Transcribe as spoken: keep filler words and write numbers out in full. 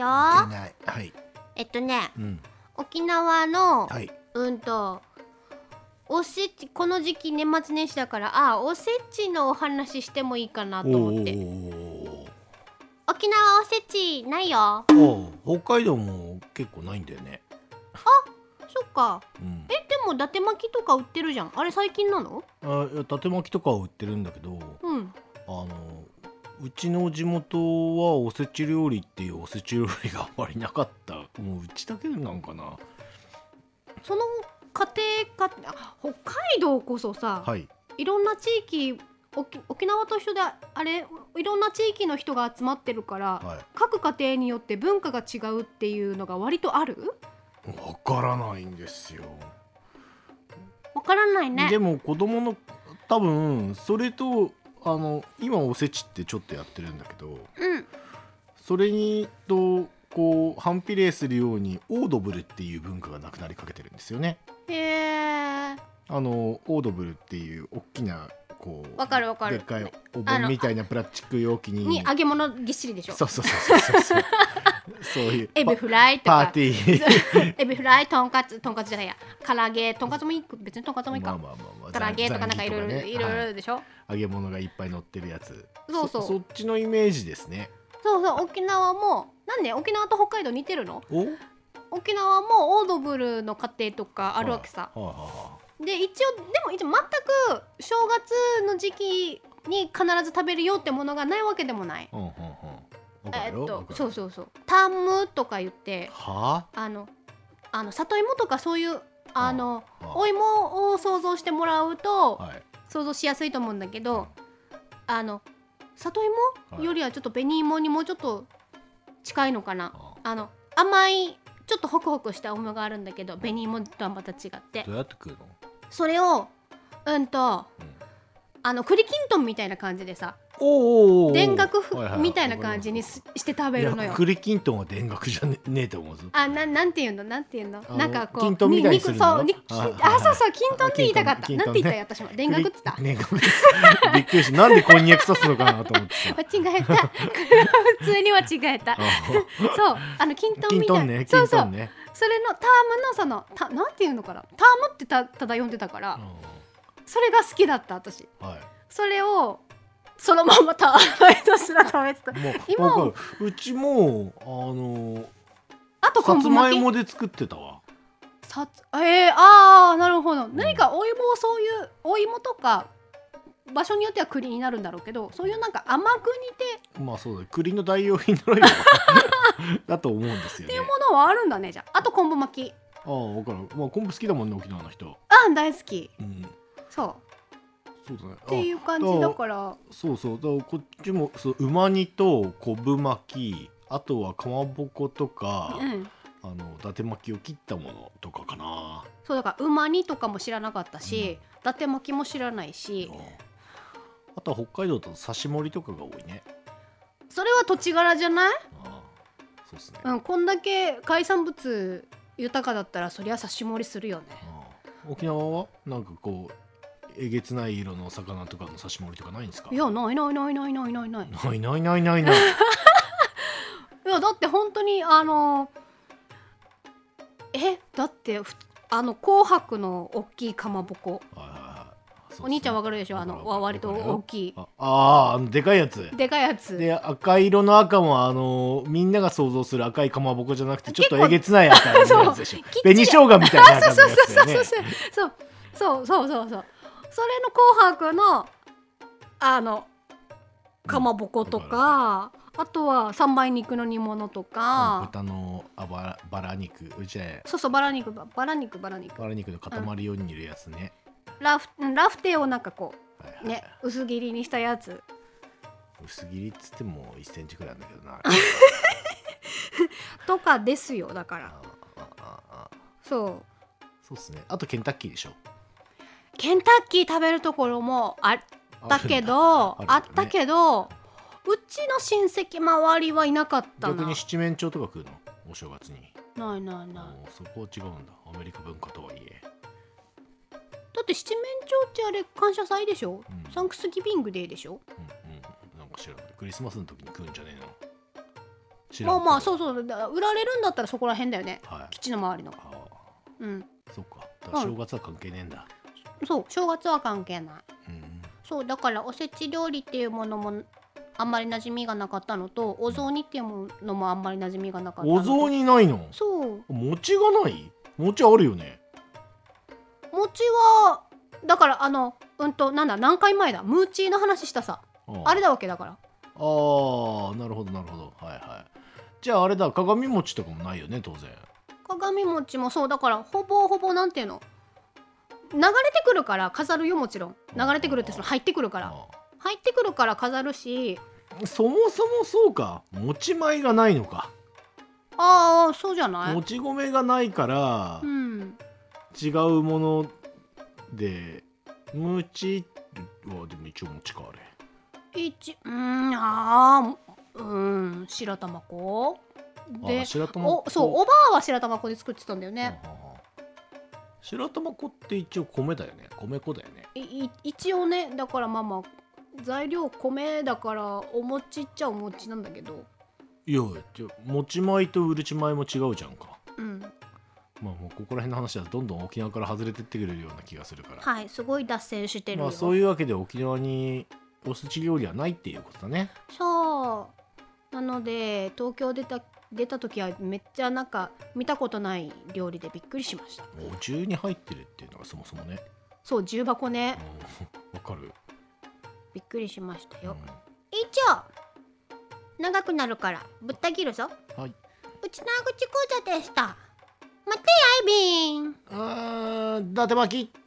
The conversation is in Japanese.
よ。 行ってない。はい。 えっとね、 うん、 沖縄の、 はい、 うんとおせち、この時期年末年始だから、あ、おせちのお話してもいいかなと思って。沖縄おせちないよ。 北海道も結構ないんだよね。 あ、そっか、うん、え、でも伊達巻きとか売ってるじゃん。あれ最近なの？ あ、伊達巻きとかは売ってるんだけど、うん、あのうちの地元はおせち料理っていうおせち料理があまりなかった。もううちだけなんかな。 その家庭か、北海道こそさ、はい、いろんな地域、沖, 沖縄と一緒であれ、いろんな地域の人が集まってるから、はい、各家庭によって文化が違うっていうのが割とある？ わからないんですよ。 わからないね。 でも子供の多分それとあの今おせちってちょっとやってるんだけど、うん、それにとこう反比例するようにオードブルっていう文化がなくなりかけてるんですよね。 へー。 あのオードブルっていう大きなこうわかるわかる、 でっかいお盆みたいなプラスチック容器にに揚げ物ぎっしりでしょ。 そうそうそうそうそうそういうエビフライとかパーティーエビフライ、とんかつ、とんかつじゃないや、唐揚げ、とんかつもいい、別にとんかつもいいか、まあまあまあまあ、唐揚げとかなんかいろいろいろいろでしょ、はい、 揚げ物がいっぱい乗ってるやつ。 そうそう、 そ, そっちのイメージですね。 そうそう、沖縄もなんで沖縄と北海道似てるの？沖縄もオードブルの家庭とかあるわけさ、はあはあはあ、で一応でも一応全く正月の時期に必ず食べるよってものがないわけでもない、うんうんうん、えっとそうそうそう、タンムとか言って、はあ、あのあの里芋とかそういうあの、はあ、お芋を想像してもらうと、はい、想像しやすいと思うんだけど、あの里芋よりはちょっと紅芋にもうちょっと近いのかな、はあ、あの甘いちょっとホクホクしたお芋があるんだけど、紅芋とはまた違って、 どうやって食うの？ それをうんと、うん、あの栗きんとんみたいな感じでさ、田楽みたいな感じにして食べるのよ。 栗きんとんは田楽じゃ ね, ねえと思うぞ。 あ、な、なんていうのなんていうの、なんかこうきんとんみたいにするの？ そう、あ、そうそう、きんとんって言いたかった。なんて言ったよ私も。田楽って言った。 田楽びっくりした。なんでこんにゃく刺すのかなと思って間違えた。普通には違えた。そう、あのきんとんみたいな、ね、そうそう、ね、それのタームのそのた、なんていうのかな、タームって た, ただ読んでたから、それが好きだった私、はい、それをそのままた毎年ら食べてた。 もう今うちもあのあとさつまいもで作ってたわ。 さつえー、あー、なるほど、うん、何かお芋をそういうお芋とか場所によっては栗になるんだろうけど、そういうなんか甘く煮て、 まあそうだ、栗の代用品のよだと思うんですよね。 っていうものはあるんだね。じゃああと昆布巻き。 ああ、分かる、まあ、昆布好きだもんね沖縄の人。 ああ、大好き、うん、そうそうだね、 っていう感じだから。 そうそう、だからこっちもそう、馬煮と昆布巻き、あとはかまぼことか、うん、あの伊達巻きを切ったものとかかな。 そうだから馬煮とかも知らなかったし、うん、伊達巻きも知らないし、 あとは北海道と刺し盛りとかが多いね。 それは土地柄じゃない？ああ、 そうですね、 うん、こんだけ海産物豊かだったらそりゃ刺し盛りするよね。 ああ、沖縄はなんかこうえげつない色の魚とかの刺し盛りとかないんですか？いや、ないないないないないないないないないないないないいや、だって本当にあのえだってあの紅白の大きいかまぼこ、お兄ちゃんわかるでしょ、あの割と大きい、 ああ、あのでかいやつ、 でかいやつで、赤色の赤もあのみんなが想像する赤いかまぼこじゃなくてちょっとえげつない赤いやつでしょ紅生姜みたいな赤のやつだよね。 そうそうそうそうそうそう、それの紅白のあのかまぼことか、うん、あとは三枚肉の煮物とか、 豚のあばバラ肉、うちはそうそう、バラ肉バラ肉バラ肉バラ肉の塊ように煮るやつね、 うん、ラフラフテーをなんかこう、はいはい、ね、薄切りにしたやつ。 薄切りっつってもいっセンチくらいなんだけどなとかですよ。だからあああそうそうっすね。あとケンタッキーでしょ。 ケンタッキー食べるところもあったけど あ, あったけど、うちの親戚周りはいなかったな。 逆に七面鳥とか食うのお正月に？ ないないない。 そこは違うんだ、アメリカ文化とはいえ。 だって七面鳥ってあれ感謝祭でしょ、うん、サンクスギビングデーでしょ、うんうん、 なんか知らない、クリスマスの時に食うんじゃねえの？ まあまあそうそう、売られるんだったらそこら辺だよね、 はい、 基地の周りの。うん、 そっか、だから正月は関係ねえんだ、 うん、そう正月は関係ない、うん、そうだからおせち料理っていうものもあんまり馴染みがなかったのと、お雑煮っていうのもあんまり馴染みがなかったのと。 お雑煮ないの？ そう、 餅がない？餅あるよね。 餅はだからあのうんとなんだ何回前だムーチーの話したさ、 あ, あれだわけだから。 ああ、なるほどなるほど、はいはい。じゃああれだ、鏡餅とかもないよね当然。 鏡餅もそうだから、ほぼほぼなんていうの、流れてくるから飾るよ。もちろん流れてくるってその入ってくるから入ってくるから飾るし。 そもそもそうか、もち米がないのか。 ああそうじゃない。 もち米がないから、うん、違うもので餅はでも一応餅かあれ。 一うんああうん白玉粉で、 白玉粉、 おそうおばあは白玉粉で作ってたんだよね。ははは白玉粉って一応米だよね、米粉だよね。 い一応ね、だからまあまあ材料米だからお餅っちゃお餅なんだけど。 いやじゃもち米とうるち米も違うじゃんか。うん、まあもうここら辺の話はどんどん沖縄から外れてってくれるような気がするから。 はい、すごい脱線してるよ。 まあそういうわけで沖縄におせち料理はないっていうことだね。 そうなので東京出た出た時はめっちゃなんか見たことない料理でびっくりしました。 お重に入ってるっていうのがそもそもね。 そう重箱ね。 わかる。 びっくりしましたよ。うん、以上長くなるからぶった切るぞ。はい。うちなぐち講座でした。またやいびん。 あー、伊達巻き。